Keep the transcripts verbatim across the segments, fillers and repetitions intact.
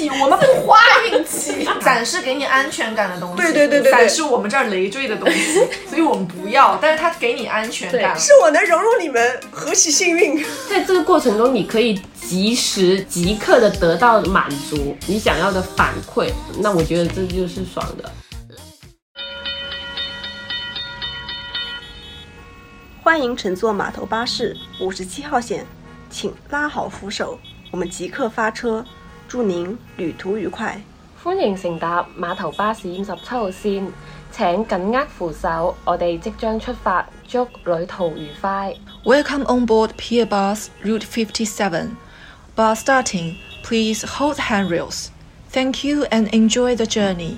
气，我们不花运气。伞是给你安全感的东西， 对对对对对， 伞是我们这儿累赘的东西，所以我们不要。但是它给你安全感， 是我能融入你们，何其幸运！ 在这个过程中，你可以及时、即刻的得到满足你想要的反馈，那我觉得这就是爽的。 欢迎乘坐码头巴士五十七号线，请拉好扶手，我們即刻發車，祝您旅途愉快。 歡迎乘搭碼頭巴士五十七號線，請緊握扶手，我哋即將出發，祝旅途愉快。 Welcome on board Pier Bus Route fifty-seven. Bus starting, please hold handrails. Thank you and enjoy the journey.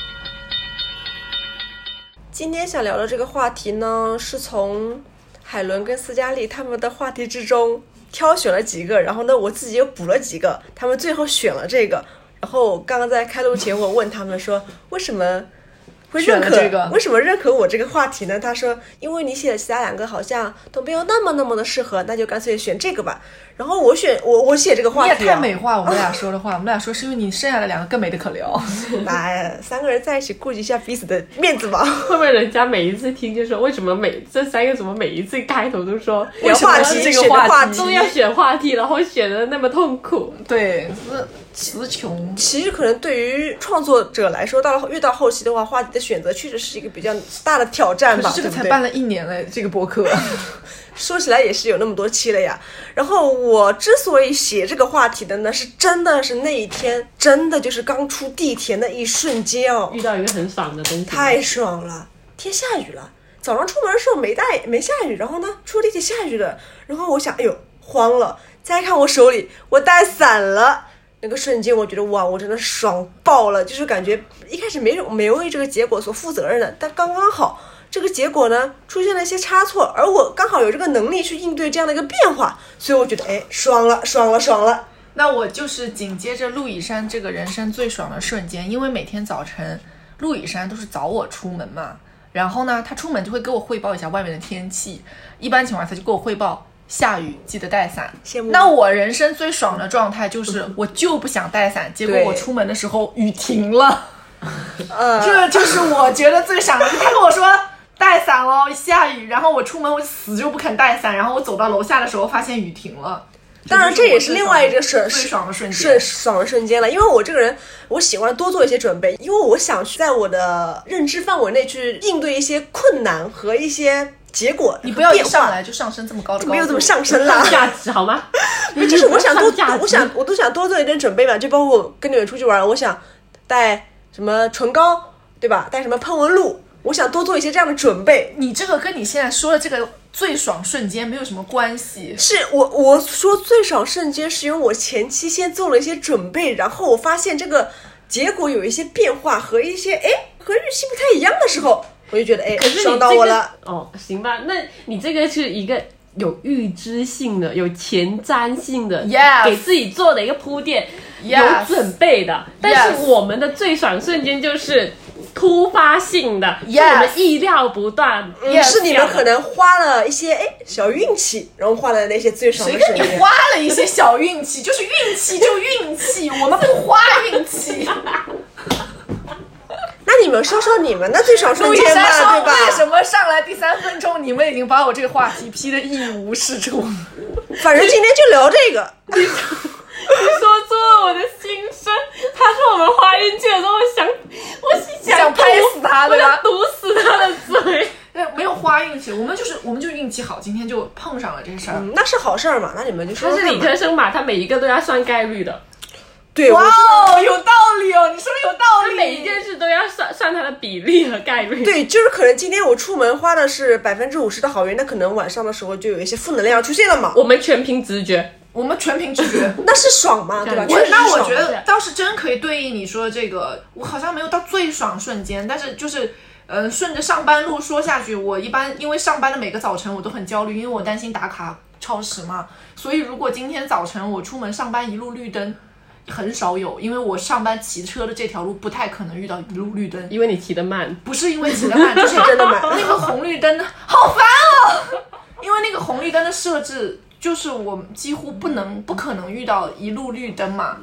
今天想聊的这个话题呢，是从海伦跟斯嘉丽他们的话题之中挑选了几个，然后呢我自己又补了几个，他们最后选了这个。然后刚刚在开录前我问他们说为什么会认可这个， 为什么认可我这个话题呢？他说因为你写的其他两个好像都没有那么那么的适合，那就干脆选这个吧。然后我选我我写这个话题、啊、 你也太美化我们俩说的话我们俩说是因为你剩下的两个更没得可聊。 哎，三个人在一起顾及一下彼此的面子嘛。 会不会人家每一次听就说为什么每这三个怎么每一次开头都说为什么这个话题都要选话题，然后选的那么痛苦？ 对，词穷。 其实可能对于创作者来说，到了越到后期的话，话题的选择确实是一个比较大的挑战吧。 可是这个才办了一年了，这个播客说起来也是有那么多期了呀。然后我之所以写这个话题的呢，是真的是那一天真的就是刚出地铁那一瞬间哦， 遇到一个很爽的东西， 太爽了。天下雨了，早上出门的时候没带没下雨，然后呢出地铁下雨了，然后我想哎呦慌了，再看我手里我带伞了，那个瞬间我觉得哇我真的爽爆了，就是感觉一开始没有没有为这个结果所负责任的，但刚刚好这个结果呢出现了一些差错，而我刚好有这个能力去应对这样的一个变化，所以我觉得哎爽了爽了爽了。 那我就是紧接着陆以山这个人生最爽的瞬间，因为每天早晨陆以山都是早我出门嘛，然后呢他出门就会给我汇报一下外面的天气，一般情况下他就给我汇报下雨记得带伞。那我人生最爽的状态就是我就不想带伞，结果我出门的时候雨停了。呃，这就是我觉得最爽的。他跟我说带伞哦，下雨，然后我出门我死就不肯带伞，然后我走到楼下的时候发现雨停了。 当然这也是另外一个最爽的瞬间， 是爽的瞬间了。因为我这个人我喜欢多做一些准备，因为我想在我的认知范围内去应对一些困难和一些结果。 你不要一上来就上升这么高的高度， 没有这么上升啦， 价值好吗？ 就是我想多，我想我都想多做一点准备嘛，就包括我跟你们出去玩，我想带什么唇膏，对吧？带什么喷纹露，我想多做一些这样的准备。 你这个跟你现在说的这个最爽瞬间没有什么关系。 是我我说最爽瞬间是因为我前期先做了一些准备，然后我发现这个结果有一些变化和一些哎和预期不太一样的时候，我就觉得哎爽到我了。 哦，行吧，那你这个是一个有预知性的、有前瞻性的， yes. 给自己做的一个铺垫， yes. 有准备的。但是我们的最爽瞬间就是突发性的， yes. 是我们意料不断， yes. 是你们可能花了一些哎小运气，然后花了那些最爽的瞬间。 谁跟你花了一些小运气？就是运气就运气，我们不花运气。 那你们说说你们的最爽瞬间吧，对吧？ 为什么上来第三分钟你们已经把我这个话题批得一无是处？ 反正今天就聊这个。 你说出了我的心声。他说我们花运气的时候，我想，我想想拍死他，对吧？ 毒死他的嘴。 没有花运气，我们就是我们就运气好，今天就碰上了这事儿、 嗯，那是好事儿嘛？那你们就说他是理科生嘛，他每一个都要算概率的。 对， 哇哦，有道理哦，你说的有道理。 他每一件事都要算算它的比例和概率。 对，就是可能今天我出门花的是百分之五十的好运，那可能晚上的时候就有一些负能量出现了嘛。 我们全凭直觉， 我们全凭直觉， 那是爽嘛，对吧？ 我那我觉得倒是真可以对应你说的这个，我好像没有到最爽瞬间，但是就是。嗯，顺着上班路说下去，我一般因为上班的每个早晨我都很焦虑，因为我担心打卡超时嘛，所以如果今天早晨我出门上班一路绿灯，很少有，因为我上班骑车的这条路不太可能遇到一路绿灯， 因为你骑得慢， 不是因为骑得慢，就是真的慢。 那个红绿灯好烦哦，因为那个红绿灯的设置就是我几乎不能不可能遇到一路绿灯嘛。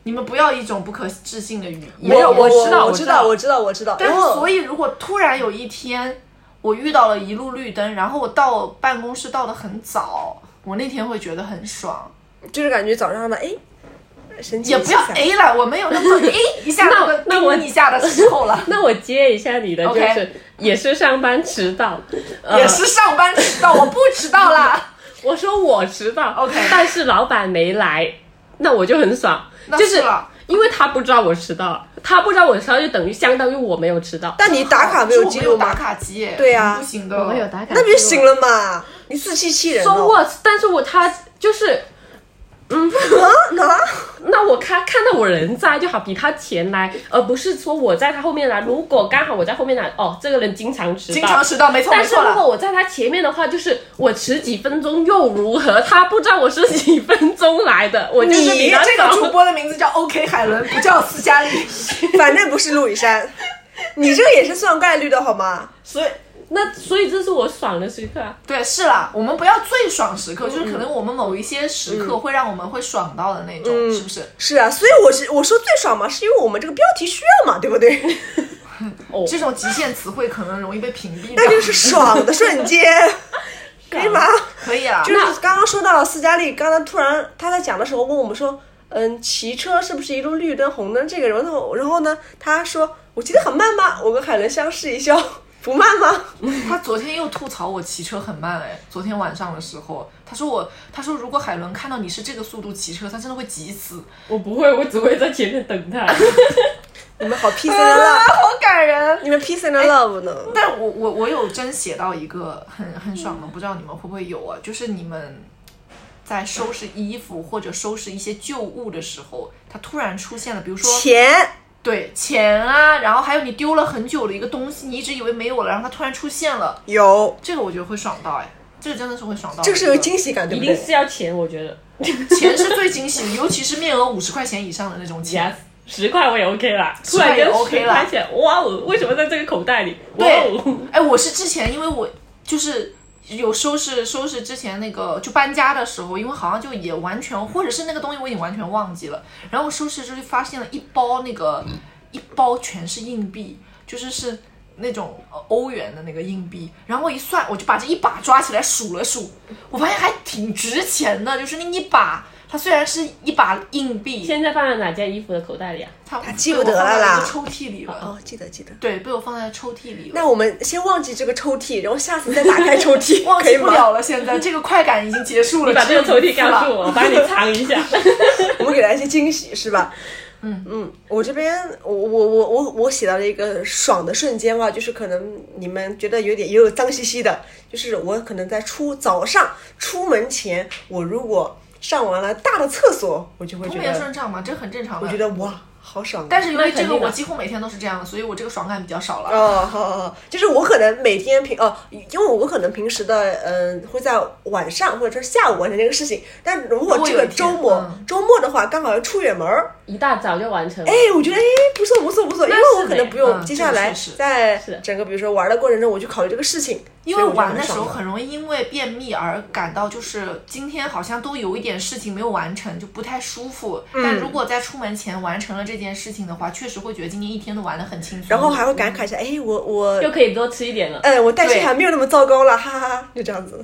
你们不要一种不可置信的语言。 没有，我我知道我知道，我知道，我知道。 但是然后所以如果突然有一天我遇到了一路绿灯，然后我到办公室到的很早，我那天会觉得很爽。 就是感觉早上嘛，哎，神奇也不要 A 了，我没有那么 A 一下那个那我叮一下的时候了。 那我接一下你的，就是 OK 也是上班迟到，呃、 也是上班迟到，我不迟到啦。 我说我迟到 OK 但是老板没来，那我就很爽， 那就是了因为他不知道我迟到了，他不知道我迟到就等于相当于我没有迟到。 但你打卡没有记录吗？ 打卡机耶， 对啊不行的。 我有打卡， 那不就行了嘛？你自欺欺人 So 哦。 what？ 但是我他就是嗯，那我看看到我人在就好，比他前来，而不是说我在他后面来。如果刚好我在后面来，哦，这个人经常迟到， 经常迟到，没错但是没错了。 如果我在他前面的话，就是我迟几分钟又如何？他不知道我是几分钟来的，我就是比你他早。 这个主播的名字叫 OK 海伦，不叫斯嘉丽。 反正不是陆羽山，你这个也是算概率的好吗？ 所以那所以这是我爽的时刻啊。 对，是啦，我们不要最爽时刻，就是可能我们某一些时刻会让我们会爽到的那种， 嗯是不是？ 是啊，所以我是我说最爽嘛，是因为我们这个标题需要嘛，对不对？ 哦， 这种极限词汇可能容易被屏蔽掉。 那就是爽的瞬间，可以吗？ 可以啊， 就是刚刚说到斯嘉丽，刚刚突然他在讲的时候问我们说，嗯，骑车是不是一路绿灯红灯这个，然后然后呢，他说我骑得很慢吗？我跟海伦相视一笑。不慢吗？ 他昨天又吐槽我骑车很慢哎，昨天晚上的时候，他说我，他说如果海伦看到你是这个速度骑车，他真的会急死。 我不会，我只会在前面等他。 你们好 peace and love，、 啊、好感人。 你们 peace and love 呢？ 但我我我有真写到一个很很爽的，不知道你们会不会有啊？就是你们在收拾衣服或者收拾一些旧物的时候，它突然出现了，比如说钱。 对，钱啊，然后还有你丢了很久的一个东西，你一直以为没有了，然后它突然出现了， 有这个我觉得会爽到哎，这个真的是会爽到， 这个是有惊喜感，对不对？ 一定是要钱，我觉得钱是最惊喜的，尤其是面额五十块钱以上的那种钱。 Yes， 十块我也 OK 啦， 十块也突然间 OK 十啦块钱，哇哦，为什么在这个口袋里？哇对哦， 哎，我是之前因为我就是有收拾收拾之前那个就搬家的时候，因为好像就也完全或者是那个东西我已经完全忘记了，然后我收拾之后就发现了一包那个。一包全是硬币，就是是那种欧元的那个硬币，然后我一算，我就把这一把抓起来数了数，我发现还挺值钱的，就是那一把，它虽然是一把硬币， 现在放在哪件衣服的口袋里啊？ 它他记不得了啦， 抽屉里了。 哦，记得记得。 对，被我放在抽屉里了。 那我们先忘记这个抽屉，然后下次再打开抽屉， 忘可以吗？ 记不了了，现在这个快感已经结束了。 你把这个抽屉告诉我，我帮你藏一下。 我们给他一些惊喜，是吧？嗯嗯，我这边我我我我我写到了一个爽的瞬间啊，就是可能你们觉得有点也有脏兮兮的，就是我可能在出早上出门前，我如果上完了大的厕所，我就会觉通便得顺畅嘛，这很正常的。 我觉得哇，好爽、啊。 但是因为这个那肯定的我几乎每天都是这样的，所以我这个爽感比较少了。 哦，好好好，就是我可能每天平哦，因为我可能平时的嗯会在晚上或者是下午完成这个事情，但如果这个周末、 嗯、 周末的话，刚好要出远门儿， 一大早就完成了。 哎，我觉得哎不错不错不错，因为我可能不用接下来在整个比如说玩的过程中，我去考虑这个事情。 因为玩的时候很容易因为便秘而感到就是今天好像都有一点事情没有完成，就不太舒服。嗯、但如果在出门前完成了这件事情的话，确实会觉得今天一天都玩得很轻松。 然后还会感慨一下，哎，我我又可以多吃一点了。 嗯，我代谢还没有那么糟糕了，哈哈哈，就这样子。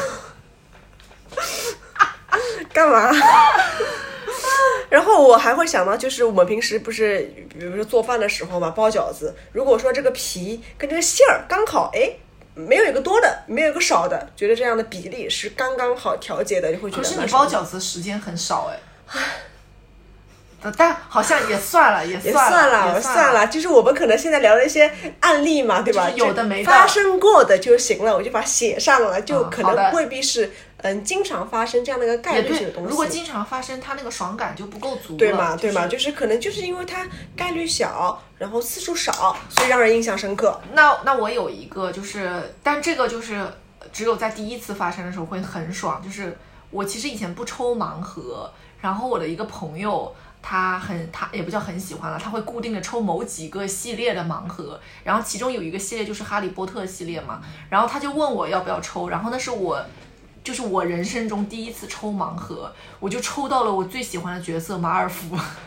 干嘛？然后我还会想到，就是我们平时不是，比如说做饭的时候嘛，包饺子，如果说这个皮跟这个馅儿刚好，哎。没有一个多的，没有一个少的，觉得这样的比例是刚刚好调节的，就会觉得。 可是你包饺子时间很少哎，但好像也算了，也算了， 也算了， 也算了。就是我们可能现在聊了一些案例嘛，对吧？ 有的没的， 发生过的就行了，我就把它写上了，就可能未必是嗯经常发生这样的一个概率性的东西。 如果经常发生，它那个爽感就不够足了， 对嘛？ 就是、 对嘛？就是可能就是因为它概率小，然后次数少，所以让人印象深刻。 那那我有一个就是，但这个就是只有在第一次发生的时候会很爽，就是我其实以前不抽盲盒，然后我的一个朋友。他很，他也不叫很喜欢了，他会固定的抽某几个系列的盲盒，然后其中有一个系列就是哈利波特系列嘛，然后他就问我要不要抽，然后那是我，就是我人生中第一次抽盲盒，我就抽到了我最喜欢的角色马尔福，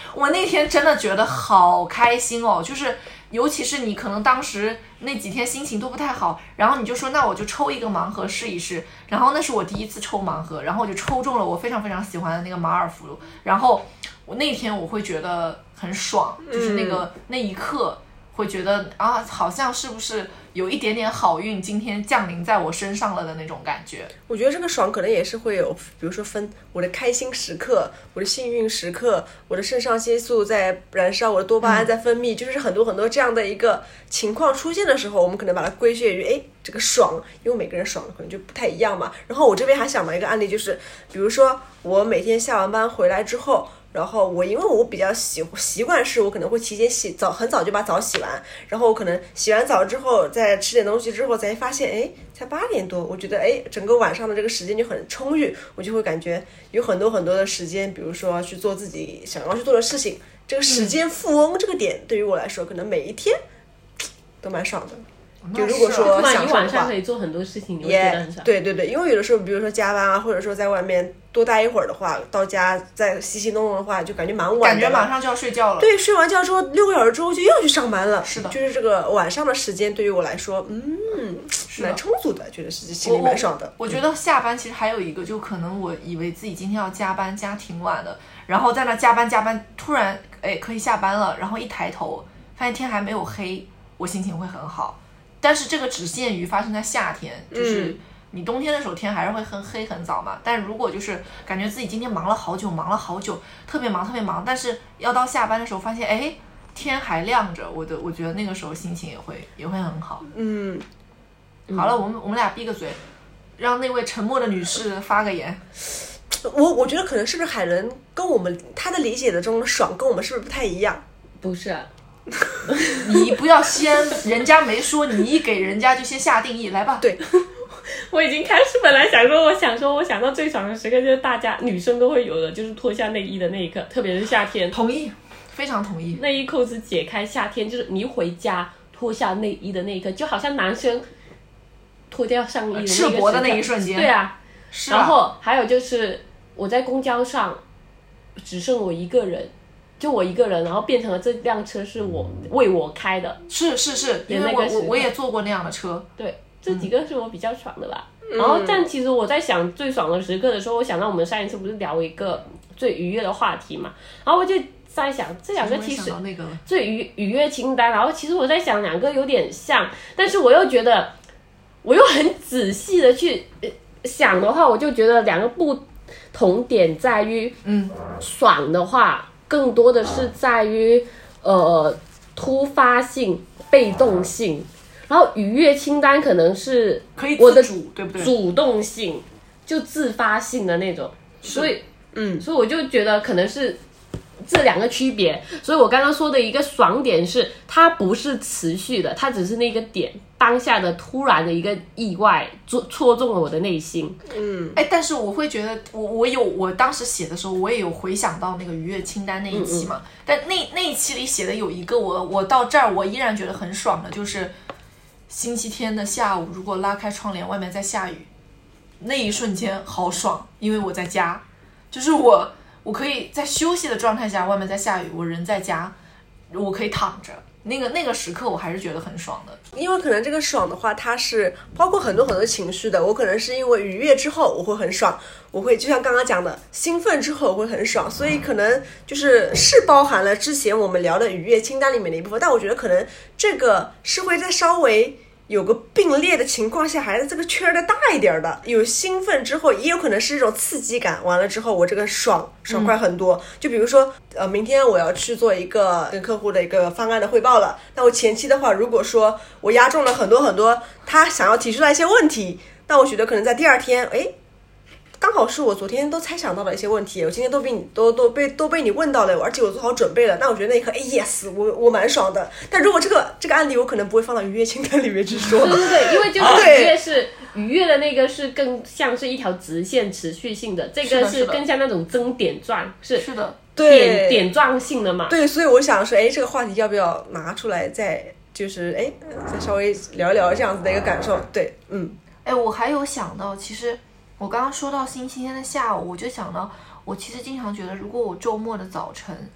我那天真的觉得好开心哦，就是尤其是你可能当时那几天心情都不太好，然后你就说那我就抽一个盲盒试一试，然后那是我第一次抽盲盒，然后我就抽中了我非常非常喜欢的那个马尔福，然后我那天我会觉得很爽，就是那个、嗯、那一刻会觉得啊，好像是不是有一点点好运今天降临在我身上了的那种感觉。 我觉得这个爽可能也是会有，比如说分我的开心时刻，我的幸运时刻，我的肾上腺素在燃烧，我的多巴胺在分泌、嗯、就是很多很多这样的一个情况出现的时候，我们可能把它归结于哎这个爽，因为每个人爽可能就不太一样嘛。然后我这边还想到一个案例，就是比如说我每天下完班回来之后，然后我因为我比较习习惯是我可能会提前洗澡，很早就把澡洗完，然后我可能洗完澡之后再吃点东西之后才发现哎才八点多，我觉得哎整个晚上的这个时间就很充裕，我就会感觉有很多很多的时间，比如说去做自己想要去做的事情，这个时间富翁这个点对于我来说可能每一天都蛮爽的。就如果说享受的话，一晚上可以做很多事情，你会觉得很爽。 对对对，因为有的时候，比如说加班啊，或者说在外面多待一会儿的话，到家再洗洗弄弄的话，就感觉蛮晚的， 感觉马上就要睡觉了。 对，睡完觉之后六个小时之后就又要去上班了。 是的， 就是这个晚上的时间对于我来说，嗯，蛮充足的，觉得是心里蛮爽的。 我, 我觉得下班其实还有一个，就可能我以为自己今天要加班加挺晚的，然后在那加班加班，突然哎可以下班了，然后一抬头发现天还没有黑，我心情会很好。但是这个只限于发生在夏天，就是你冬天的时候天还是会很黑很早嘛。但如果就是感觉自己今天忙了好久，忙了好久，特别忙特别忙，但是要到下班的时候发现，哎，天还亮着，我的我觉得那个时候心情也会也会很好。 嗯， 好了，我们我们俩闭个嘴，让那位沉默的女士发个言。 我我觉得可能是不是海伦跟我们她的理解的中的爽跟我们是不是不太一样？ 不是、啊。 你不要先，人家没说，你一给人家就先下定义，来吧。 对， 我已经开始本来想说，我想说，我想到最爽的时刻就是大家女生都会有的，就是脱下内衣的那一刻，特别是夏天。 同意，非常同意。 内衣扣子解开，夏天就是你一回家脱下内衣的那一刻，就好像男生脱掉上衣的那个赤膊的那一瞬间。 对啊， 是啊。 然后还有就是我在公交上只剩我一个人。就我一个人，然后变成了这辆车是我为我开的， 是是是，因为我我我也坐过那样的车。 对，这几个是我比较爽的吧。嗯、然后，但其实我在想最爽的时刻的时候，我想到我们上一次不是聊一个最愉悦的话题嘛，然后我就在想这两个其实最愉愉悦清单，然后其实我在想两个有点像，但是我又觉得我又很仔细的去想的话，我就觉得两个不同点在于，嗯，爽的话。更多的是在于呃突发性、被动性，然后愉悦清单可能是我的主，对不对？ 主动性，就自发性的那种，所以嗯，所以我就觉得可能是这两个区别。所以我刚刚说的一个爽点是，它不是持续的，它只是那个点当下的突然的一个意外，戳戳中了我的内心。 嗯，哎，但是我会觉得，我我有我当时写的时候，我也有回想到那个愉悦清单那一期嘛。嗯嗯，但那那一期里写的有一个我我到这儿我依然觉得很爽的，就是星期天的下午，如果拉开窗帘，外面在下雨，那一瞬间好爽，因为我在家，就是我我可以在休息的状态下，外面在下雨，我人在家，我可以躺着。那个那个时刻我还是觉得很爽的， 因为可能这个爽的话它是包括很多很多情绪的，我可能是因为愉悦之后我会很爽，我会就像刚刚讲的兴奋之后我会很爽，所以可能就是是包含了之前我们聊的愉悦清单里面的一部分，但我觉得可能这个是会在稍微有个并列的情况下，还是这个圈的大一点的，有兴奋之后，也有可能是一种刺激感。完了之后，我这个爽爽快很多。嗯、就比如说，呃，明天我要去做一个跟客户的一个方案的汇报了。那我前期的话，如果说我压中了很多很多他想要提出来一些问题，那我觉得可能在第二天，哎。刚好是我昨天都猜想到了一些问题，我今天都被你都都被都被你问到了，而且我做好准备了。那我觉得那一刻，哎 yes， 我我蛮爽的。但如果这个这个案例，我可能不会放到愉悦清单里面去说。 对对对，因为就是愉悦是愉悦的那个是更像是一条直线持续性的，这个是更像那种增点状，是是的， 点点状性的嘛。 对，所以我想说，哎，这个话题要不要拿出来再就是哎再稍微聊一聊这样子的一个感受？对，嗯， 哎，我还有想到，其实。我刚刚说到星期天的下午，我就想到，我其实经常觉得，如果我周末的早晨，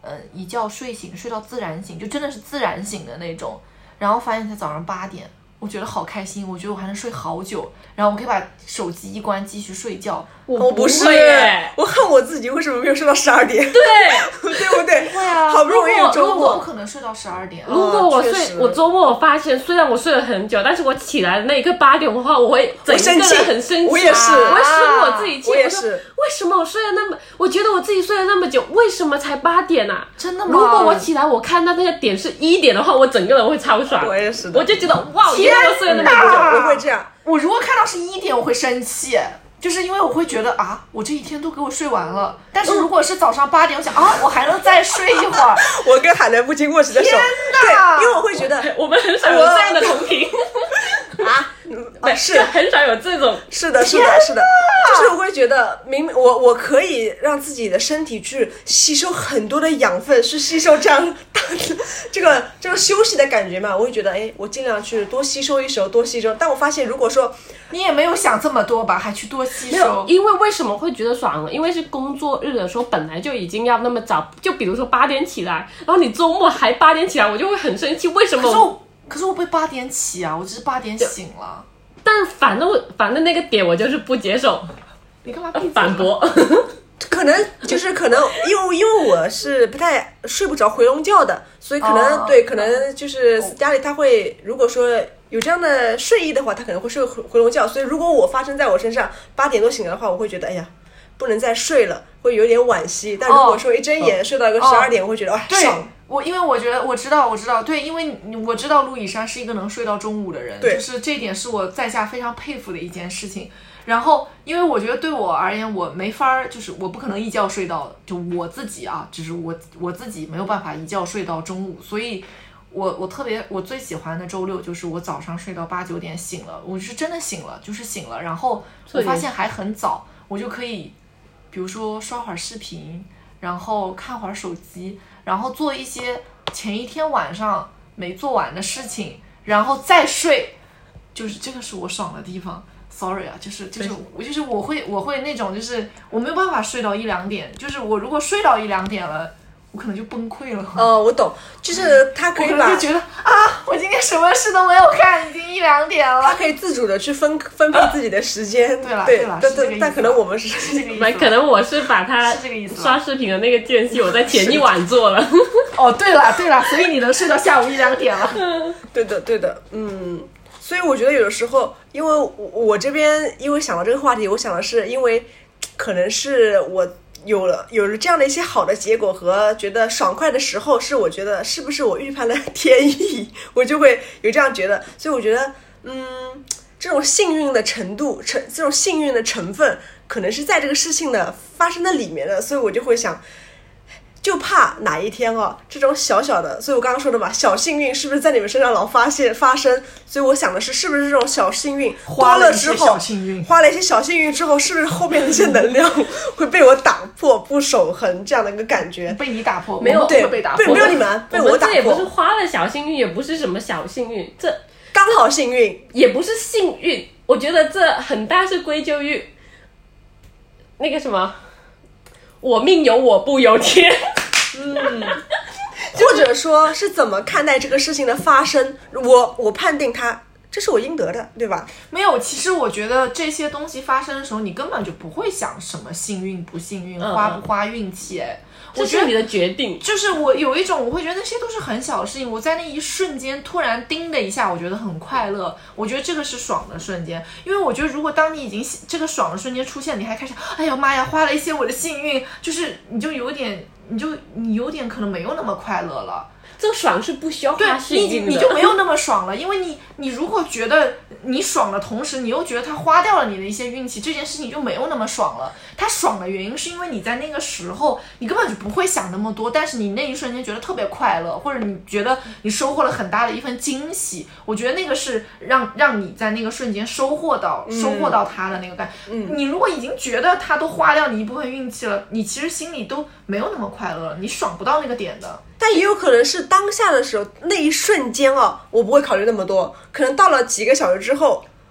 呃一觉睡醒，睡到自然醒，就真的是自然醒的那种，然后发现才早上八点。我觉得好开心，我觉得我还能睡好久，然后我可以把手机一关继续睡觉。 我不是，我恨我自己为什么没有睡到十二点？ 对， 对不对？ 对啊， 好不容易有周末， 如果我不可能睡到十二点。 如果我睡， 哦、 我周末我发现，虽然我睡了很久，但是我起来的那一刻八点的话，我会整个人很生气。 我也是， 我会生我自己气。 我也是。 为什么我睡了那么？我觉得我自己睡了那么久，为什么才八点啊？ 真的吗？ 如果我起来我看到那个点是一点的话，我整个人会超爽。 我也是的。 我就觉得哇，原来我睡了那么久。 我会这样。 我如果看到是一点，我会生气。就是因为我会觉得啊，我这一天都给我睡完了。但是如果是早上八点，我想啊，我还能再睡一会儿。 我跟海南不经过时的手，对，因为我会觉得我们很少有这样的同频啊， 对，是很少有这种， 是的，是的，是的，就是我会觉得，明明我我可以让自己的身体去吸收很多的养分，是吸收这样这个这个休息的感觉嘛，我会觉得，哎，我尽量去多吸收一收，多吸收。但我发现，如果说你也没有想这么多吧，还去多吸收。 因为为什么会觉得爽呢？因为是工作日的时候本来就已经要那么早，就比如说八点起来，然后你周末还八点起来，我就会很生气。为什么？ 可是我可是我被八点起啊，我只是八点醒了。 但反正反正那个点我就是不接受。 你干嘛反驳？ 可能就是可能因为因为我是不太睡不着回笼觉的，所以可能、哦、对可能就是家里他会如果说有这样的睡意的话，他可能会睡回回笼觉。所以如果我发生在我身上八点多醒了的话，我会觉得哎呀不能再睡了，会有点惋惜。但如果说一睁眼、哦、睡到一个十二点，我会觉得哇、哦、爽。 我因为我觉得我知道我知道对，因为我知道路易莎是一个能睡到中午的人， 对， 就是这一点是我在下非常佩服的一件事情。然后因为我觉得对我而言，我没法就是我不可能一觉睡到，就我自己啊，就是我我自己没有办法一觉睡到中午，所以我我特别我最喜欢的周六就是我早上睡到八九点醒了，我是真的醒了，就是醒了，然后我发现还很早，我就可以比如说刷会儿视频，然后看会儿手机，然后做一些前一天晚上没做完的事情，然后再睡，就是这个是我爽的地方。Sorry 啊，就是就是我就是我会我会那种就是我没有办法睡到一两点，就是我如果睡到一两点了，我可能就崩溃了。 哦、呃，我懂，就是他可以把我就觉得啊，我今天什么事都没有看，已经一两点了。 他可以自主的去分分配自己的时间。 对了对了， 但但但可能我们是是这个意思， 可能我是把他刷视频的那个间隙，我在前一晚做了。 哦，对了对了，所以你能睡到下午一两点了。 对的对的，嗯。所以我觉得有的时候，因为我我这边因为想到这个话题，我想的是，因为可能是我有了有了这样的一些好的结果和觉得爽快的时候，是我觉得是不是我预判了天意，我就会有这样觉得。所以我觉得，嗯，这种幸运的程度，成这种幸运的成分，可能是在这个事情的发生的里面的，所以我就会想。就怕哪一天哦，这种小小的，所以我刚刚说的嘛，小幸运是不是在你们身上老发现发生？所以我想的是，是不是这种小幸运花了之后， 小幸运花了一些小幸运之后，是不是后面那些能量会被我打破，不守恒这样的一个感觉？ 被你打破， 没有对被打破， 没有你们被我打破。 这也不是花了小幸运，也不是什么小幸运，这刚好幸运， 也不是幸运。我觉得这很大是归咎于那个什么，我命由我不由天。 嗯，或者说是怎么看待这个事情的发生？我我判定它这是我应得的，对吧？ 没有，其实我觉得这些东西发生的时候，你根本就不会想什么幸运不幸运， 嗯、 花不花运气。哎， 这是你的决定。 就是我有一种，我会觉得那些都是很小的事情。我在那一瞬间突然叮的一下，我觉得很快乐。我觉得这个是爽的瞬间，因为我觉得如果当你已经这个爽的瞬间出现，你还开始，哎呀妈呀，花了一些我的幸运，就是你就有点。你就你有点可能没有那么快乐了， 这个爽是不需要花幸运的， 你你就没有那么爽了，因为你你如果觉得你爽的同时，你又觉得它花掉了你的一些运气，这件事情就没有那么爽了。它爽的原因是因为你在那个时候你根本就不会想那么多，但是你那一瞬间觉得特别快乐，或者你觉得你收获了很大的一份惊喜，我觉得那个是让让你在那个瞬间收获到、嗯、收获到它的那个感、嗯、你如果已经觉得它都花掉你一部分运气了，你其实心里都没有那么快乐了，你爽不到那个点的。 但也有可能是当下的时候那一瞬间哦，我不会考虑那么多，可能到了几个小时之后，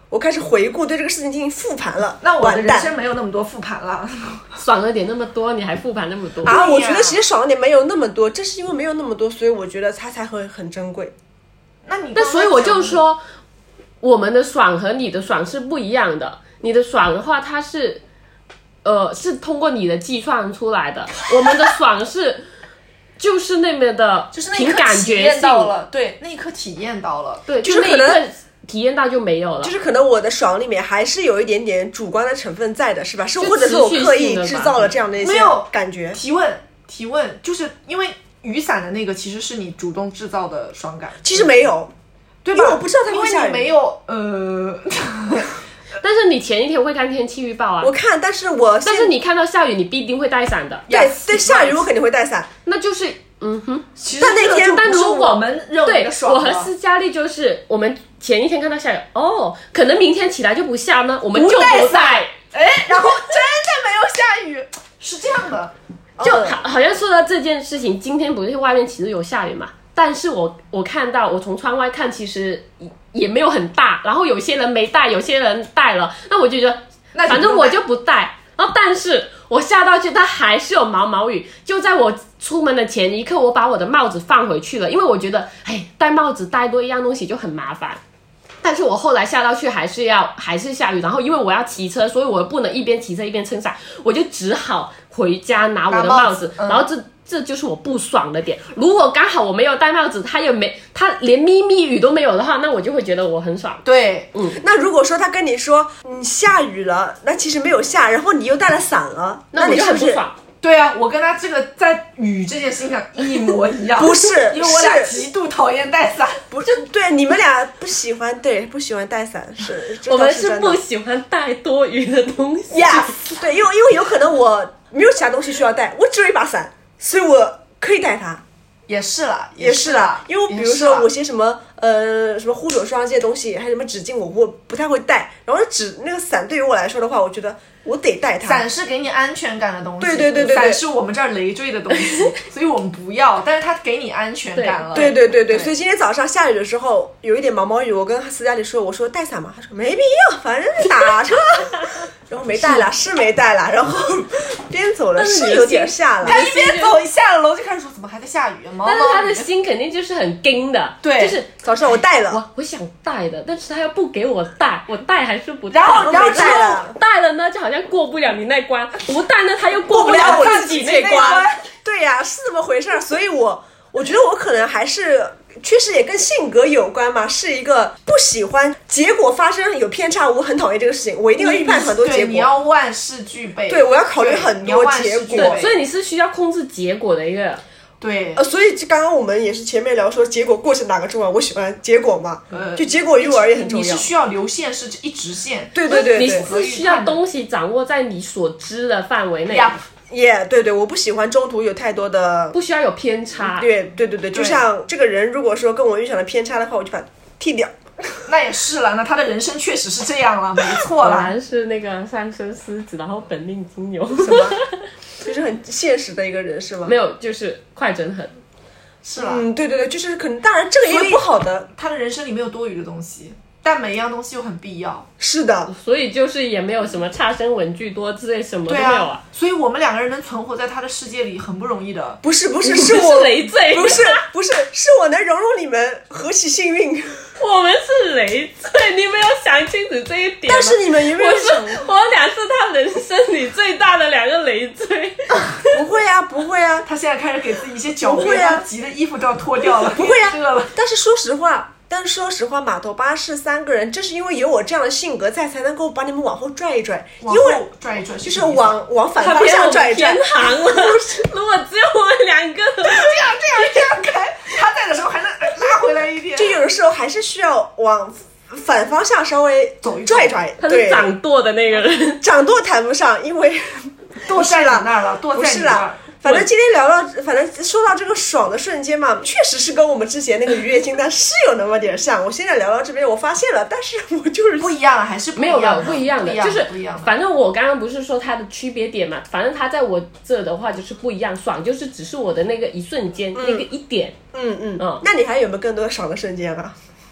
我开始回顾，对这个事情进行复盘了。 那我的人完蛋生没有那么多复盘了。 爽了点那么多，你还复盘那么多啊！ 对呀我觉得其实爽了点没有那么多，正是因为没有那么多，所以我觉得它才会很珍贵。 那你那所以我就说，我们的爽和你的爽是不一样的。你的爽的话，它是，呃，是通过你的计算出来的；我们的爽是，就是那么的， 就是那一刻凭感体验觉性到了，对，那一刻体验到了， 对， 就是可能那一刻体验到就没有了。 就是可能我的爽里面还是有一点点主观的成分在的，是吧？是就或者说我刻意持续性的吧制造了这样的一些没有感觉。 提问提问，就是因为雨伞的那个其实是你主动制造的爽感， 其实没有， 对吧？ 因为我不知道它会因为下雨你没有呃， 但是你前一天会看天气预报啊我，看，但是我但是你看到下雨，你必定会带伞的， 对 Yes, 对下雨 right 我肯定会带伞。 那就是嗯哼。 其实但那天这个就不是但如果我们认为对的爽我和了斯嘉丽就是我们前一天看到下雨，哦，可能明天起来就不下呢，我们就不不带伞带。 哎，然后真的没有下雨，是这样的。 就嗯好好像说到这件事情，今天不是外面其实有下雨嘛，但是我我看到我从窗外看，其实也没有很大，然后有些人没带，有些人带了，那我就觉得那你不带反正我就不带。然后但是我下到去，它还是有毛毛雨。就在我出门的前一刻，我把我的帽子放回去了，因为我觉得，哎，戴帽子带多一样东西就很麻烦。但是我后来下到去还是要还是下雨，然后因为我要骑车，所以我不能一边骑车一边撑伞，我就只好回家拿我的帽子， 拿帽子嗯然后这这就是我不爽的点。如果刚好我没有戴帽子，它也没它连咪咪雨都没有的话，那我就会觉得我很爽。 对， 那如果说他跟你说你下雨了，那其实没有下，然后你又带了伞了， 那我你是不是？ 就很不爽。 对啊，我跟他这个在雨这件事情上一模一样。 不是因为我俩是极度讨厌带伞。 不是，对你们俩不喜欢，对不喜欢带伞是，这我们是倒是真的不喜欢带多余的东西。 Yes，对，因为因为有可能我没有其他东西需要带，我只有一把伞，所以我可以带它。 也是啦， 也是是啦，因为比如也是啦说我些什么呃什么护手霜这些东西，还有什么纸巾，我我不太会带。然后纸那个伞对于我来说的话，我觉得我得带它。 伞是给你安全感的东西， 对对对对对伞是我们这儿累赘的东西，所以我们不要。但是它给你安全感了。 对对对对， 对所以今天早上下雨的时候有一点毛毛雨，我跟斯嘉丽说，我说带伞吗？他说没必要，反正打车。然后没带了，是没带了，然后边走了但是你是有点下了。 他一边走一下了楼就开始说怎么还在下雨？毛毛但是他的雨心肯定就是很硬的， 对就是早上我带了， 我我想带的，但是他又不给我带，我带还是不带？ 然后然后没带了带了呢，就好像过不了你那关；不带呢，他又过不过不了我自己自己那关。 关。对呀、是这么回事儿。所以我我觉得我可能还是确实也跟性格有关嘛，是一个不喜欢结果发生有偏差，我很讨厌这个事情，我一定要预判很多结对，你果。 要万事俱备。 对我要考虑对很你要万事多结果俱备对，所以你是需要控制结果的一个。 对呃，所以刚刚我们也是前面聊说结果过程哪个重要，我喜欢结果嘛， 呃就结果于我而言很重要你是。需要流线是一直线。 对对对你对， 是需要东西掌握在你所知的范围内， 呀， 耶、对对，我不喜欢中途有太多的， 不需要有偏差。 对对对对，就像这个人如果说跟我预想的偏差的话，我就把他剃掉。 那也是了，那他的人生确实是这样了，没错果啦。 然是那个上升狮子，然后本命金牛， 什么？就是很现实的一个人是吗？ 没有，就是快准狠。 是啦， 嗯，对对对，就是可能，当然这个也所以有不好的， 他的人生里没有多余的东西，但每一样东西又很必要。 是的， 所以就是也没有什么差生文具多之类，什么都对没有啊，所以我们两个人能存活在他的世界里很不容易的。 不是不是， 是是我累赘， 不是不是，是我能融入你们，何其幸运！ 我们是累赘，你没有想清楚这一点吗。 但是你们有没有我是想？ 我俩是他人生里最大的两个累赘。 不会啊，不会啊， 他现在开始给自己一些狡辩， 不会啊他急的衣服都要脱掉了， 不会啊热了。 但是说实话，但是说实话，码头巴士三个人，正是因为有我这样的性格在，才能够把你们往后拽一拽，因往为后拽一拽， 就是往往反方他偏我向拽一拽偏。航了。如果只有我们两个， 这样这样这样开，他在的时候还能拉回来一点。 就有的时候还是需要往反方向稍微走一走拽拽。 他是对， 掌舵的那个人。 掌舵谈不上，因为舵在你那儿了，舵不在你那儿是啦。。反正今天聊到，反正说到这个爽的瞬间嘛，确实是跟我们之前那个愉悦清单是有那么点像。我现在聊到这边，我发现了，但是我就是不一样了，还是不没有一样的， 的，不一样的， 不一样就是不一样的。 反正我刚刚不是说它的区别点嘛，反正它在我这的话就是不一样，爽就是只是我的那个一瞬间，那个一点。 嗯嗯嗯那你还有没有更多爽的瞬间啊？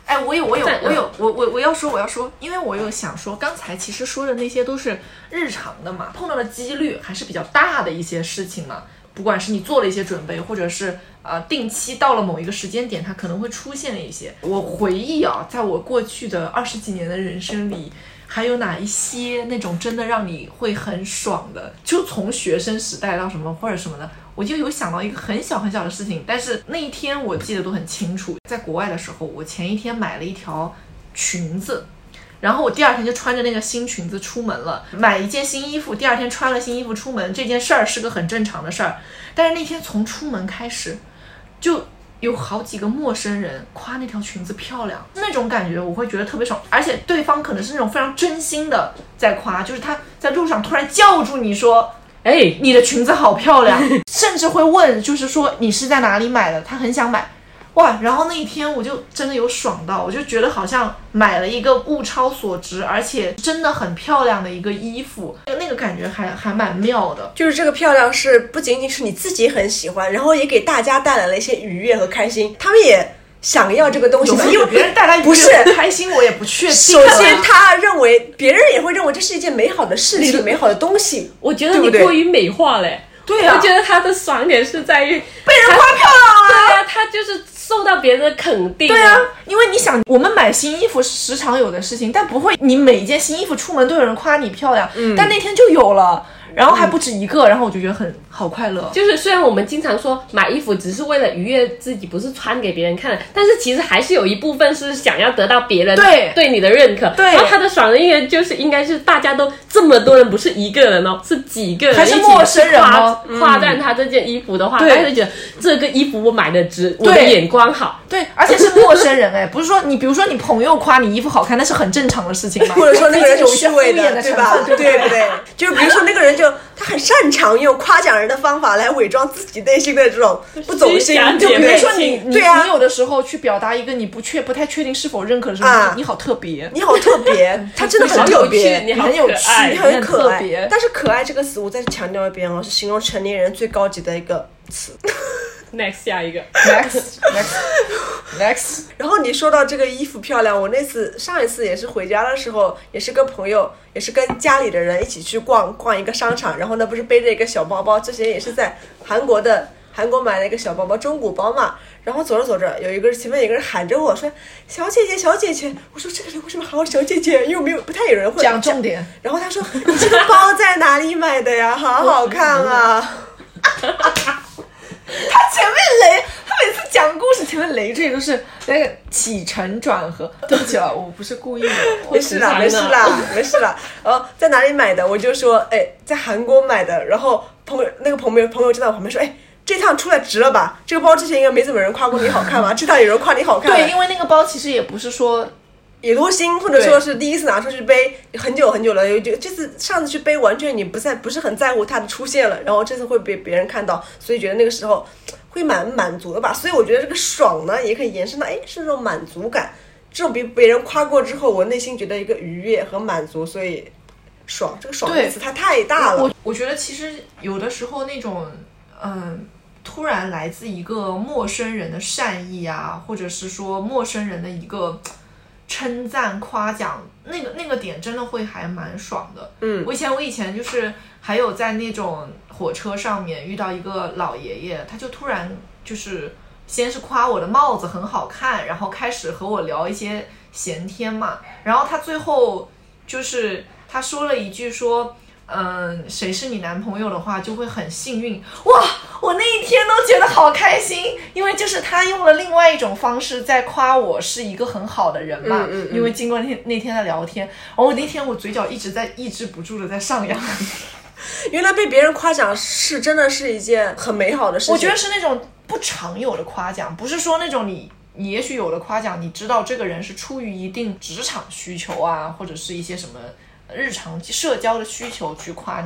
哎，我有我有我有我我我要说我要说，因为我有想说，刚才其实说的那些都是日常的嘛，碰到的几率还是比较大的一些事情嘛。不管是你做了一些准备，或者是呃定期到了某一个时间点，它可能会出现一些。我回忆啊，在我过去的二十几年的人生里，还有哪一些那种真的让你会很爽的？就从学生时代到什么或者什么的，我就有想到一个很小很小的事情，但是那一天我记得都很清楚。在国外的时候，我前一天买了一条裙子。然后我第二天就穿着那个新裙子出门了，买一件新衣服，第二天穿了新衣服出门，这件事儿是个很正常的事儿。但是那天从出门开始，就有好几个陌生人夸那条裙子漂亮，那种感觉我会觉得特别爽，而且对方可能是那种非常真心的在夸，就是他在路上突然叫住你说，哎，你的裙子好漂亮，甚至会问，就是说你是在哪里买的，他很想买。哇，然后那一天我就真的有爽到，我就觉得好像买了一个物超所值，而且真的很漂亮的一个衣服，那个感觉还还蛮妙的。 就是这个漂亮是不仅仅是你自己很喜欢，然后也给大家带来了一些愉悦和开心，他们也想要这个东西， 因为别人带来不是开心，我也不确定。 首先，他认为别人也会认为这是一件美好的事情，美好的东西。 我觉得你过于美化嘞。 对啊， 我觉得他的爽点是在于被人夸漂亮啊。 对啊，他就是受到别人的肯定、啊。 对啊，因为你想，我们买新衣服是时常有的事情，但不会你每一件新衣服出门都有人夸你漂亮，嗯、但那天就有了。然后还不止一个、嗯、然后我就觉得很好快乐。 就是虽然我们经常说买衣服只是为了愉悦自己，不是穿给别人看的，但是其实还是有一部分是想要得到别人对对你的认可。 对， 然后他的爽的应该就是应该是大家都这么多人，不是一个人哦，是几个人还是陌生人哦，夸赞他这件衣服的话， 对， 他就觉得这个衣服我买的值，我的眼光好。 对，而且是陌生人哎，不是说你比如说你朋友夸你衣服好看，那是很正常的事情嘛， 或者说那个人是虚伪的， 对吧？对不对？就比如说那个人就他很擅长用夸奖人的方法来伪装自己内心的这种不走心， 就比如说你你对啊， 你有的时候去表达一个你不确不太确定是否认可的时候，啊、你好特别， 你好特别，他真的很特别， 你很有趣， 你很特别。 但是可爱这个词，我再强调一遍哦，是形容成年人最高级的一个词。 Next 下一个 Next Next Next 然后你说到这个衣服漂亮，我那次上一次也是回家的时候，也是跟朋友也是跟家里的人一起去逛逛一个商场，然后呢不是背着一个小包包，之前也是在韩国的韩国买了一个小包包中古包嘛，然后走着走着有一个前面有一个人喊着我说小姐姐小姐姐，我说这个人为什么喊我小姐姐，因为没有不太有人会讲重点， 然后他说你这个包在哪里买的呀，好好看啊。 他前面雷，他每次讲故事前面雷这都是那个起承转合。对不起了，我不是故意的。 没事啦，没事啦，没事啦。呃，在哪里买的？我就说，哎，在韩国买的。然后朋友那个朋友朋友就在我旁边说，哎，这趟出来值了吧？这个包之前应该没怎么人夸过你好看吧？这趟有人夸你好看。 对，因为那个包其实也不是说。 野多星，或者说是第一次拿出去背很久很久了，有这次上次去背完全你不在不是很在乎它的出现了，然后这次会被别人看到，所以觉得那个时候会蛮满足的吧。所以我觉得这个爽呢也可以延伸到哎是那种满足感，这种被别人夸过之后我内心觉得一个愉悦和满足，所以爽，这个爽的词它太大了。 我我觉得其实有的时候那种嗯突然来自一个陌生人的善意啊，或者是说陌生人的一个称赞夸奖，那个那个点真的会还蛮爽的。 嗯， 我以前我以前就是还有在那种火车上面遇到一个老爷爷，他就突然就是先是夸我的帽子很好看，然后开始和我聊一些闲天嘛，然后他最后就是他说了一句说嗯，谁是你男朋友的话就会很幸运。哇，我那一天都觉得好开心，因为就是他用了另外一种方式在夸我是一个很好的人嘛。 嗯嗯嗯， 因为经过那天那天的聊天，然后我那天我嘴角一直在抑制不住的在上扬。 原来被别人夸奖是真的是一件很美好的事情。 我觉得是那种不常有的夸奖，不是说那种你你也许有的夸奖，你知道这个人是出于一定职场需求啊，或者是一些什么日常社交的需求去夸你，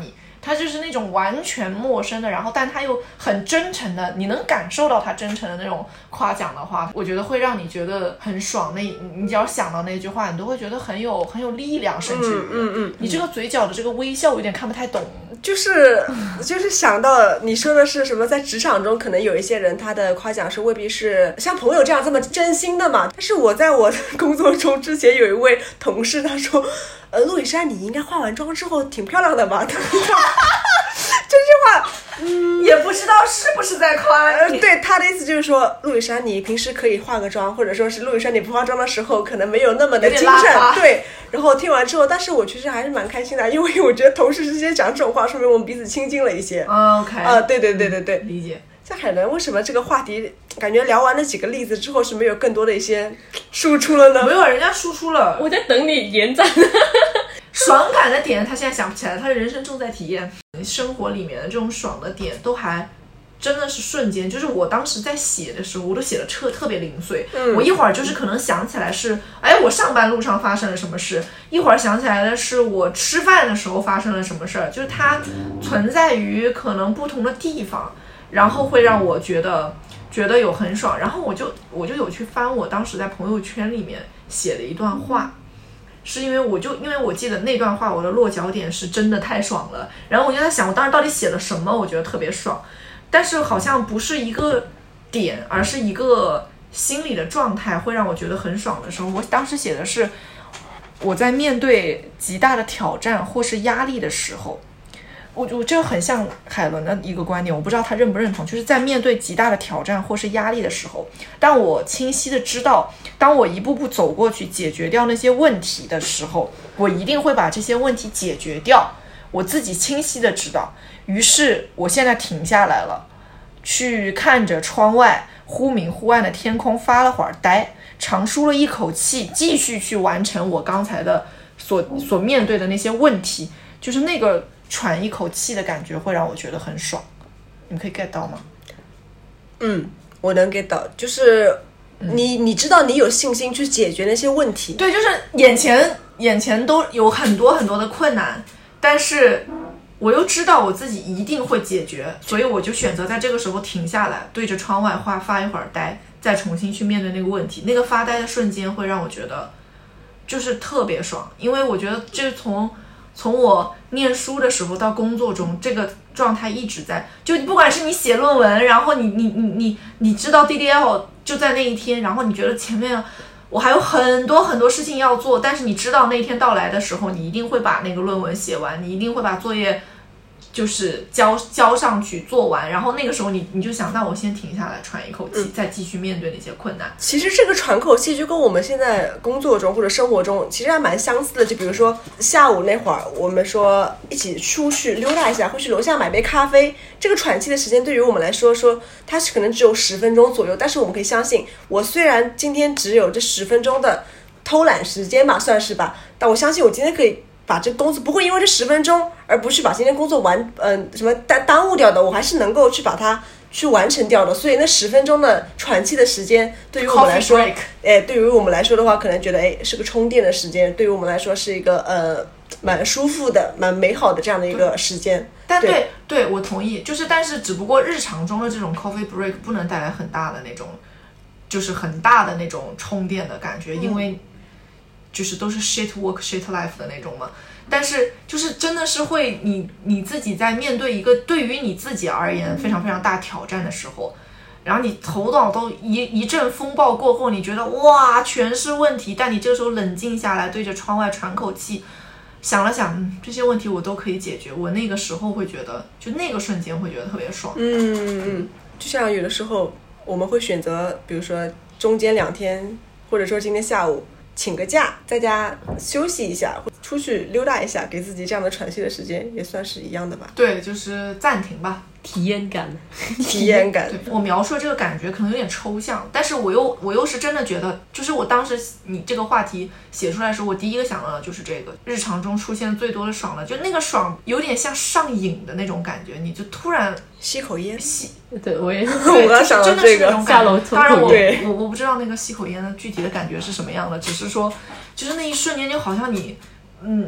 他就是那种完全陌生的，然后但他又很真诚的，你能感受到他真诚的那种夸奖的话，我觉得会让你觉得很爽。那你只要想到那句话，你都会觉得很有很有力量，甚至于， 嗯嗯嗯， 你这个嘴角的这个微笑，我有点看不太懂。 就是就是想到你说的是什么，在职场中可能有一些人他的夸奖是未必是像朋友这样这么真心的嘛。但是我在我的工作中之前有一位同事，他说，呃，陆以珊，你应该化完妆之后挺漂亮的吧？这句话，嗯， 也不知道是不是在夸你。 呃，对，他的意思就是说，陆以珊，你平时可以化个妆，或者说是陆以珊，你不化妆的时候可能没有那么的精神。对，然后听完之后，但是我其实还是蛮开心的，因为我觉得同事之间讲这种话，说明我们彼此亲近了一些。 嗯 OK。 啊、呃，对对对对对， 理解。 像海伦，为什么这个话题感觉聊完了几个例子之后是没有更多的一些输出了呢？ 没有，人家输出了。 我在等你延展。 爽感的点他现在想不起来，他的人生重在体验。生活里面的这种爽的点都还真的是瞬间，就是我当时在写的时候，我都写的特特别零碎、嗯、我一会儿就是可能想起来是哎我上班路上发生了什么事，一会儿想起来的是我吃饭的时候发生了什么事儿，就是它存在于可能不同的地方，然后会让我觉得觉得有很爽。然后我就我就有去翻我当时在朋友圈里面写的一段话，是因为我就因为我记得那段话我的落脚点是真的太爽了，然后我就在想我当时到底写了什么，我觉得特别爽，但是好像不是一个点，而是一个心理的状态会让我觉得很爽的时候。我当时写的是我在面对极大的挑战或是压力的时候，我我这个很像海伦的一个观点，我不知道他认不认同，就是在面对极大的挑战或是压力的时候，当我清晰的知道，当我一步步走过去解决掉那些问题的时候，我一定会把这些问题解决掉，我自己清晰的知道。于是我现在停下来了，去看着窗外忽明忽暗的天空发了会儿呆，长舒了一口气，继续去完成我刚才的所所面对的那些问题，就是那个喘一口气的感觉会让我觉得很爽。你们可以 get 到吗？ 嗯，我能 get 到，就是你你知道你有信心去解决那些问题。 对，就是眼前眼前都有很多很多的困难，但是我又知道我自己一定会解决，所以我就选择在这个时候停下来，对着窗外画发一会儿呆，再重新去面对那个问题。那个发呆的瞬间会让我觉得就是特别爽，因为我觉得这从从我念书的时候到工作中，这个状态一直在，就不管是你写论文，然后你你你你你知道 D D L 就在那一天，然后你觉得前面我还有很多很多事情要做，但是你知道那一天到来的时候，你一定会把那个论文写完，你一定会把作业就是交交上去做完，然后那个时候你你就想，那我先停下来喘一口气、嗯、再继续面对那些困难。 其实这个喘口气就跟我们现在工作中或者生活中其实还蛮相似的，就比如说下午那会儿我们说一起出去溜达一下，会去楼下买杯咖啡，这个喘气的时间对于我们来说说它可能只有十分钟左右，但是我们可以相信，我虽然今天只有这十分钟的偷懒时间吧，算是吧，但我相信我今天可以把这工作不会因为这十分钟而不去把今天工作完嗯、呃、什么耽耽误掉的，我还是能够去把它去完成掉的。所以那十分钟的喘气的时间对于我们来说，哎，对于我们来说的话可能觉得哎是个充电的时间，对于我们来说是一个呃蛮舒服的蛮美好的这样的一个时间。 但对 对, 对我同意，就是但是只不过日常中的这种 coffee break 不能带来很大的那种就是很大的那种充电的感觉、嗯、因为就是都是 shit work shit life 的那种嘛，但是就是真的是会你你自己在面对一个对于你自己而言非常非常大挑战的时候，然后你头脑都一一阵风暴过后，你觉得哇全是问题，但你这个时候冷静下来，对着窗外喘口气，想了想、嗯、这些问题我都可以解决，我那个时候会觉得就那个瞬间会觉得特别爽。 嗯嗯，就像有的时候我们会选择比如说中间两天或者说今天下午请个假在家休息一下，出去溜达一下，给自己这样的喘息的时间也算是一样的吧。 对，就是暂停吧， 体验感体验感。 对，我描述的这个感觉可能有点抽象，但是我又我又是真的觉得，就是我当时你这个话题写出来的时候，我第一个想到的就是这个日常中出现最多的爽了，就那个爽有点像上瘾的那种感觉，你就突然吸口烟吸。 对，我也我刚想到这个下楼抽当然我口烟。 我我不知道那个吸口烟的具体的感觉是什么样的，只是说就是那一瞬间就好像你嗯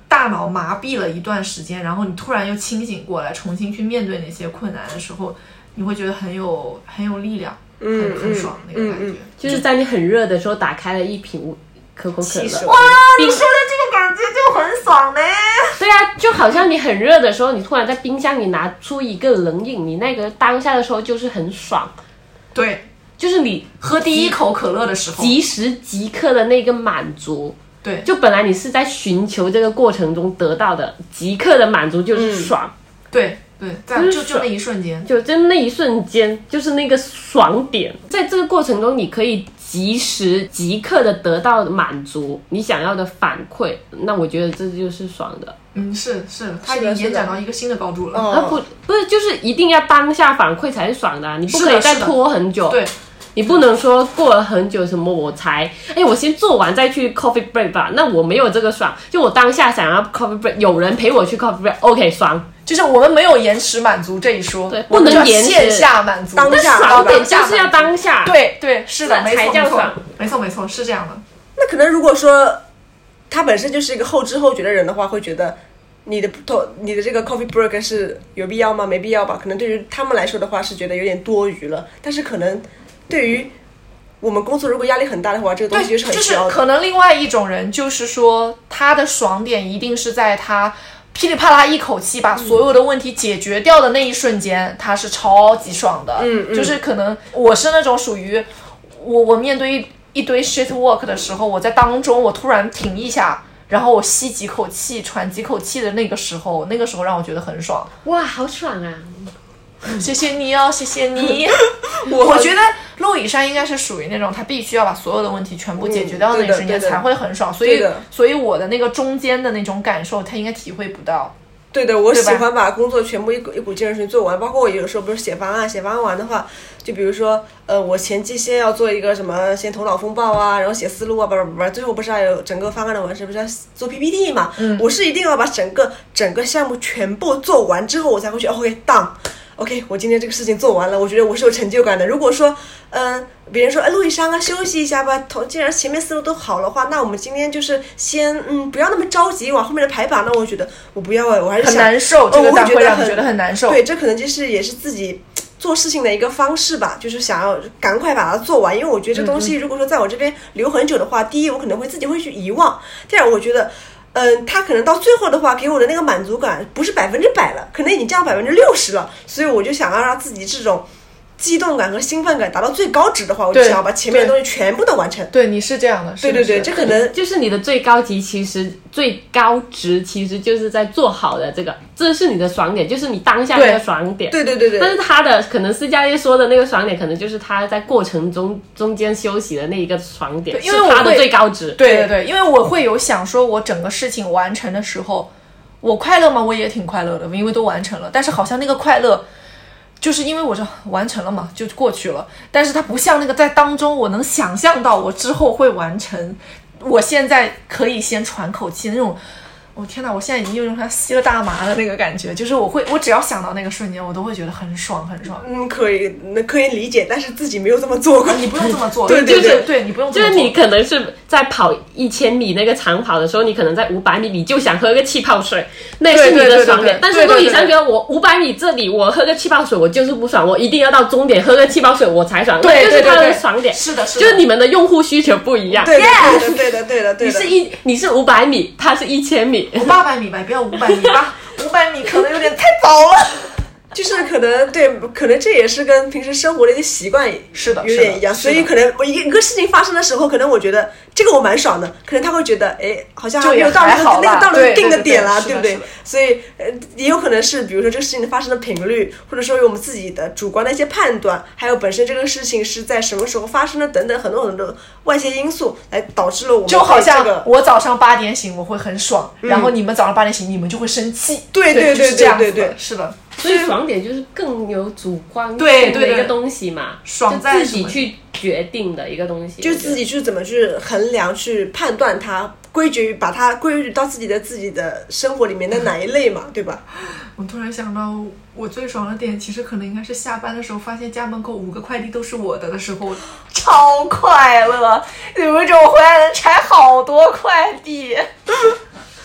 大脑麻痹了一段时间，然后你突然又清醒过来，重新去面对那些困难的时候，你会觉得很有很有力量， 嗯很很爽那个感觉、 嗯嗯就是在你很热的时候打开了一瓶可口可乐， 汽水哇， 你说的这个感觉就很爽呢。 对啊，就好像你很热的时候，你突然在冰箱里拿出一个冷饮，你那个当下的时候就是很爽， 对， 就是你喝第一口可乐的时候， 即时即刻的那个满足。 对， 就本来你是在寻求这个过程中得到的即刻的满足，就是爽。 嗯、对对，在就就就那一瞬间， 就就那一瞬间，就是那个爽点。在这个过程中，你可以及时即刻的得到满足你想要的反馈，那我觉得这就是爽的。 嗯，是是，它已经延展到一个新的高度了。 哦它不不是就是一定要当下反馈才是爽的、啊，你不可以再拖很久。 对。 你不能说过了很久什么我才，哎，我先做完再去 coffee break 吧，那我没有这个爽。就我当下想要 coffee break， 有人陪我去 coffee break，OK、OK, 爽。 就是我们没有延迟满足这一说， 对，不能延迟， 线下满足， 当下爽点就是要当下。 对对，是的，没错才叫爽， 没错没错，是这样的。 那可能如果说他本身就是一个后知后觉的人的话，会觉得你的你的这个 coffee break 是有必要吗？没必要吧？可能对于他们来说的话，是觉得有点多余了。但是可能对于我们工作如果压力很大的话，这个东西就是很需要的。 就是可能另外一种人就是说，他的爽点一定是在他噼里啪啦一口气把所有的问题解决掉的那一瞬间，嗯、他是超级爽的。 嗯嗯， 就是可能我是那种属于我我面对一一堆 shit work 的时候，我在当中我突然停一下，然后我吸几口气，喘几口气的那个时候，那个时候让我觉得很爽。 哇，好爽啊！ 谢谢你哦，谢谢你。我我觉得陆以山应该是属于那种他必须要把所有的问题全部解决掉的那一瞬间才会很爽，嗯、所以所以我的那个中间的那种感受，他应该体会不到。 对的，我喜欢把工作全部一股一股劲儿去做完，包括我有的时候不是写方案，写方案完的话，就比如说，呃，我前期先要做一个什么，先头脑风暴啊，然后写思路啊，不不不，最后不是还有整个方案的完成，不是要做 P P T 嘛？嗯，我是一定要把整个整个项目全部做完之后，我才会去 OK done。OK， 我今天这个事情做完了，我觉得我是有成就感的。如果说，嗯、呃，别人说，哎，陆以山啊，休息一下吧。既然前面思路都好的话，那我们今天就是先，嗯，不要那么着急往后面的排版。那我觉得我不要哎，我还是想很难受，这个会让你觉得很难受。 对，这可能就是也是自己做事情的一个方式吧，就是想要赶快把它做完。因为我觉得这东西如果说在我这边留很久的话，嗯、第一我可能会自己会去遗忘，第二我觉得。嗯，他可能到最后的话，给我的那个满足感不是百分之百了，可能已经降到百分之六十了。所以我就想要让自己这种激动感和兴奋感达到最高值的话，我就想要把前面的东西全部都完成。 对，你是这样的， 对对对，这可能就是你的最高级，其实最高值其实就是在做好的这个，这是你的爽点，就是你当下那个爽点。 对对对对。 但是他的可能斯嘉丽说的那个爽点，可能就是他在过程中中间休息的那一个爽点， 因为我是他的最高值。 对对对，因为我会有想说，我整个事情完成的时候，我快乐吗？我也挺快乐的，因为都完成了。但是好像那个快乐。就是因为我这完成了嘛，就过去了。但是它不像那个在当中，我能想象到我之后会完成。我现在可以先喘口气那种。我、哦、天哪！我现在已经有种像吸了大麻的那个感觉，就是我会，我只要想到那个瞬间，我都会觉得很爽，很爽。 嗯，可以，那可以理解，但是自己没有这么做过。 你不用这么做， 对对对， 就是对你不用这么做。 就是你可能是在跑一千米那个长跑的时候，你可能在五百米，你就想喝个气泡水，那是你的爽点。但是陆以山觉得我五百米这里我喝个气泡水，我就是不爽，我一定要到终点喝个气泡水我才爽， 对， 那就是他的爽点。 是的，是的， 就是你们的用户需求不一样。 对的，对的，对的，对的，对的。 你是一，你是五百米，他是一千米， 我八百米吧。不要五百米吧，五百米可能有点太早了。 就是可能对，可能这也是跟平时生活的一个习惯是的有点一样，所以可能我一个事情发生的时候，可能我觉得这个我蛮爽的，可能他会觉得哎，好像还没有到那个那个到那个定的点了，对不对？所以呃，也有可能是比如说这个事情发生的频率，或者说有我们自己的主观的一些判断，还有本身这个事情是在什么时候发生的等等很多很多外界因素来导致了我们就好像我早上八点醒我会很爽，嗯、然后你们早上八点醒你们就会生气， 对对对对对对， 是的。 所以爽点就是更有主观对的一个东西嘛， 爽在自己去决定的一个东西， 就自己去怎么去衡量、去判断它，归结于把它归于到自己的自己的生活里面的哪一类嘛，对吧？ 我突然想到，我最爽的点其实可能应该是下班的时候，发现家门口五个快递都是我的的时候，超快乐，有一种回来能拆好多快递。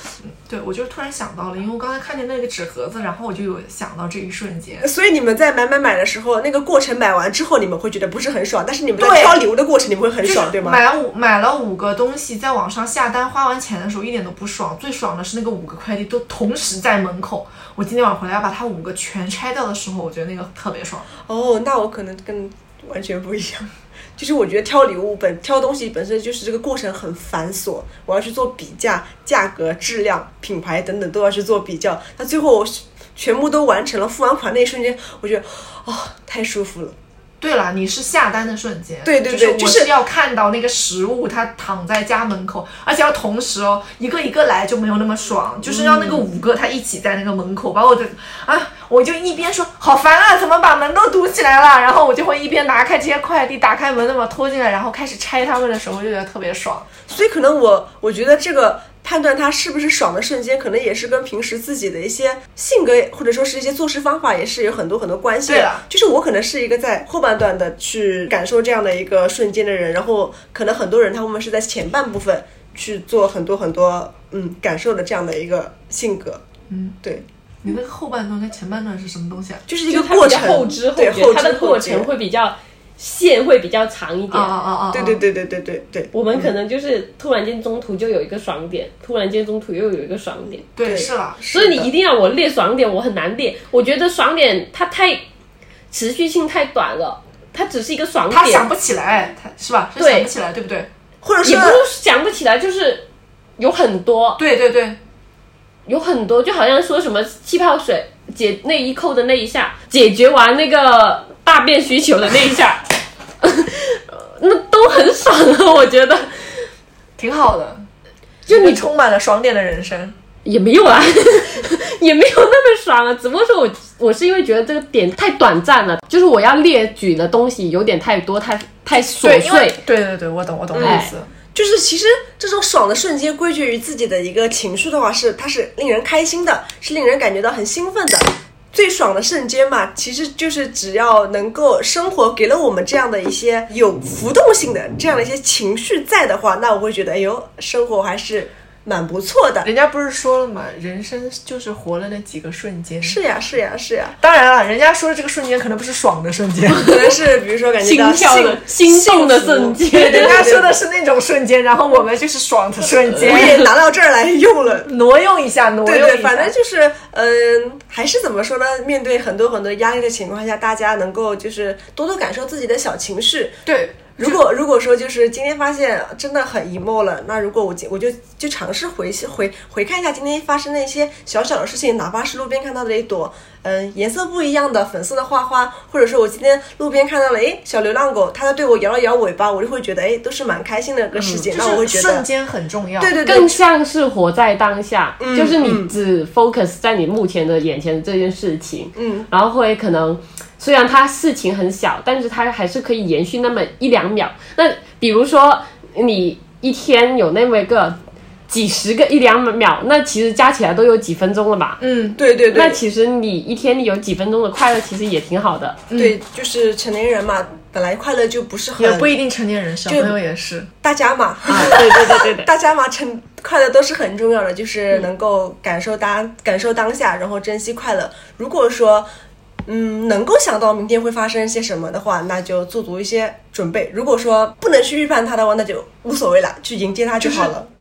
对，我就突然想到了，因为我刚才看见那个纸盒子，然后我就有想到这一瞬间。 所以你们在买买买的时候，那个过程买完之后，你们会觉得不是很爽，但是你们在对挑礼物的过程，你们会很爽， 就是对吗？ 买五买了五个东西，在网上下单，花完钱的时候一点都不爽，最爽的是那个五个快递都同时在门口。我今天晚上回来要把它五个全拆掉的时候，我觉得那个特别爽。 哦，那我可能跟完全不一样。就是我觉得挑礼物本挑东西本身就是这个过程很繁琐，我要去做比价，价格、质量、品牌等等都要去做比较。那最后我全部都完成了，付完款那一瞬间，我觉得哦，太舒服了。 对了，你是下单的瞬间， 对对对， 就是我是要看到那个食物它躺在家门口，而且要同时哦，一个一个来就没有那么爽，就是要那个五个它一起在那个门口，把我的啊，我就一边说好烦啊，怎么把门都堵起来了，然后我就会一边拿开这些快递，打开门那么拖进来，然后开始拆它们的时候，就觉得特别爽。 所以可能我我觉得这个判断它是不是爽的瞬间，可能也是跟平时自己的一些性格或者说是一些做事方法也是有很多很多关系的。 对了， 就是我可能是一个在后半段的去感受这样的一个瞬间的人，然后可能很多人他们是在前半部分去做很多很多嗯感受的这样的一个性格。 嗯， 对。 你那个后半段跟前半段是什么东西啊？ 就是一个过程， 后知后觉， 对后知它的过程会比较线会比较长一点。 啊啊啊！ 对对对对对对对。 我们可能就是突然间中途就有一个爽点，突然间中途又有一个爽点。 对， 对是了。 所以你一定要我列爽点，我很难列。我觉得爽点它太持续性太短了，它只是一个爽点， 他想不起来，他是吧？是想不起来，对不对？ 或者说也不是想不起来，就是有很多， 对对对。 有很多，就好像说什么气泡水解内衣扣的那一下，解决完那个大便需求的那一下，那都很爽了，我觉得挺好的。 就你充满了爽点的人生。 也没有啊，也没有那么爽啊，只不过说我我是因为觉得这个点太短暂了，就是我要列举的东西有点太多，太太琐对碎。 对对对，我懂我懂的意思。 就是其实这种爽的瞬间归结于自己的一个情绪的话是，它是令人开心的，是令人感觉到很兴奋的。最爽的瞬间嘛，其实就是只要能够生活给了我们这样的一些有浮动性的这样的一些情绪在的话，那我会觉得哎呦，生活还是蛮不错的。 人家不是说了吗？人生就是活了那几个瞬间。 是呀是呀是呀。 当然了，人家说的这个瞬间可能不是爽的瞬间， 可能是比如说感觉心到跳的心动的瞬间， 人家说的是那种瞬间，然后我们就是爽的瞬间。 我也拿到这儿来用了， 挪用一下，挪用一下。 对对，反正就是嗯，还是怎么说呢？面对很多很多压力的情况下，大家能够就是多多感受自己的小情绪。 对。 如果如果说就是今天发现真的很 emo 了，那如果我我就就尝试回回回看一下今天发生的一些小小的事情，哪怕是路边看到的一朵嗯颜色不一样的粉色的花花，或者说我今天路边看到了诶小流浪狗，它在对我摇了摇尾巴，我就会觉得诶都是蛮开心的一个事情。嗯、那我会觉得瞬间很重要， 对对对， 更像是活在当下， 嗯、 就是你只 focus 在你目前的眼前的这件事情， 嗯， 然后会可能。虽然它事情很小，但是它还是可以延续那么一两秒。那比如说你一天有那么个几十个一两秒，那其实加起来都有几分钟了吧？ 嗯，对对对。 那其实你一天里有几分钟的快乐，其实也挺好的。 对，嗯、就是成年人嘛，本来快乐就不是很， 也不一定成年人，小朋友也是。 大家嘛， 啊，对对对对对， 大家嘛，成快乐都是很重要的，就是能够感受当、嗯、感受当下，然后珍惜快乐。如果说嗯，能够想到明天会发生些什么的话，那就做足一些准备。如果说不能去预判它的话，那就无所谓了，去迎接它就好了。